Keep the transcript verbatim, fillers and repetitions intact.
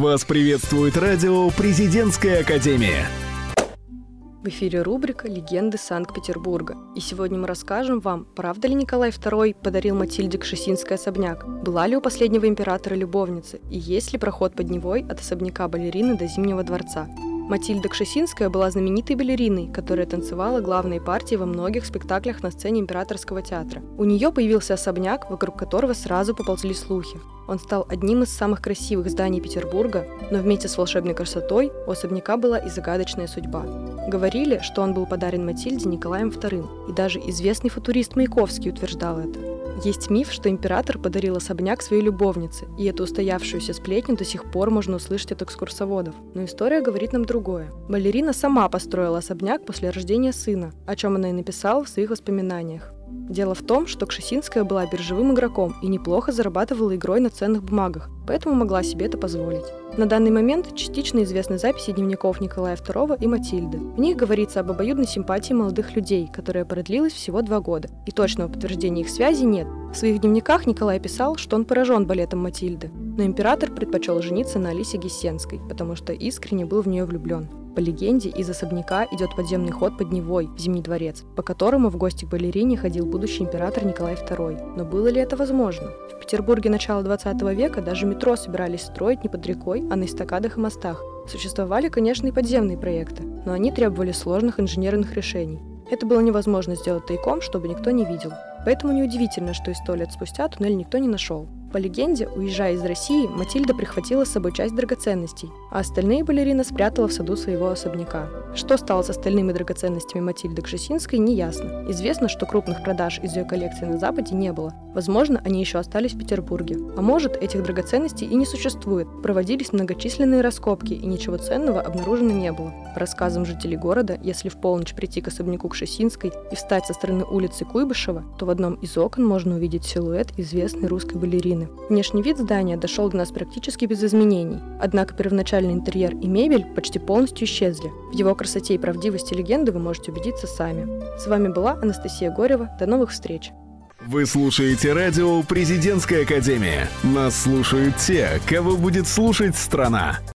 Вас приветствует радио «Президентская академия». В эфире рубрика «Легенды Санкт-Петербурга». И сегодня мы расскажем вам, правда ли Николай второй подарил Матильде Кшесинской особняк, была ли у последнего императора любовница и есть ли проход под Невой от особняка балерины до Зимнего дворца. Матильда Кшесинская была знаменитой балериной, которая танцевала главные партии во многих спектаклях на сцене Императорского театра. У нее появился особняк, вокруг которого сразу поползли слухи. Он стал одним из самых красивых зданий Петербурга, но вместе с волшебной красотой у особняка была и загадочная судьба. Говорили, что он был подарен Матильде Николаем вторым, и даже известный футурист Маяковский утверждал это. Есть миф, что император подарил особняк своей любовнице, и эту устоявшуюся сплетню до сих пор можно услышать от экскурсоводов. Но история говорит нам другое. Балерина сама построила особняк после рождения сына, о чем она и написала в своих воспоминаниях. Дело в том, что Кшесинская была биржевым игроком и неплохо зарабатывала игрой на ценных бумагах, поэтому могла себе это позволить. На данный момент частично известны записи дневников Николая второго и Матильды. В них говорится об обоюдной симпатии молодых людей, которая продлилась всего два года, и точного подтверждения их связи нет. В своих дневниках Николай писал, что он поражен балетом Матильды, но император предпочел жениться на Алисе Гессенской, потому что искренне был в нее влюблен. По легенде, из особняка идет подземный ход под Невой в Зимний дворец, по которому в гости к балерине ходил будущий император Николай второй. Но было ли это возможно? В Петербурге начала двадцатого века даже метро собирались строить не под рекой, а на эстакадах и мостах. Существовали, конечно, и подземные проекты, но они требовали сложных инженерных решений. Это было невозможно сделать тайком, чтобы никто не видел. Поэтому неудивительно, что и сто лет спустя туннель никто не нашел. По легенде, уезжая из России, Матильда прихватила с собой часть драгоценностей, а остальные балерина спрятала в саду своего особняка. Что стало с остальными драгоценностями Матильды Кшесинской, неясно. Известно, что крупных продаж из ее коллекции на Западе не было. Возможно, они еще остались в Петербурге. А может, этих драгоценностей и не существует. Проводились многочисленные раскопки, и ничего ценного обнаружено не было. По рассказам жителей города, если в полночь прийти к особняку Кшесинской и встать со стороны улицы Куйбышева, то в одном из окон можно увидеть силуэт известной русской балерины. Внешний вид здания дошел до нас практически без изменений, однако первоначальный интерьер и мебель почти полностью исчезли. В его красоте и правдивости легенды вы можете убедиться сами. С вами была Анастасия Горева. До новых встреч! Вы слушаете радио «Президентская академия». Нас слушают те, кого будет слушать страна.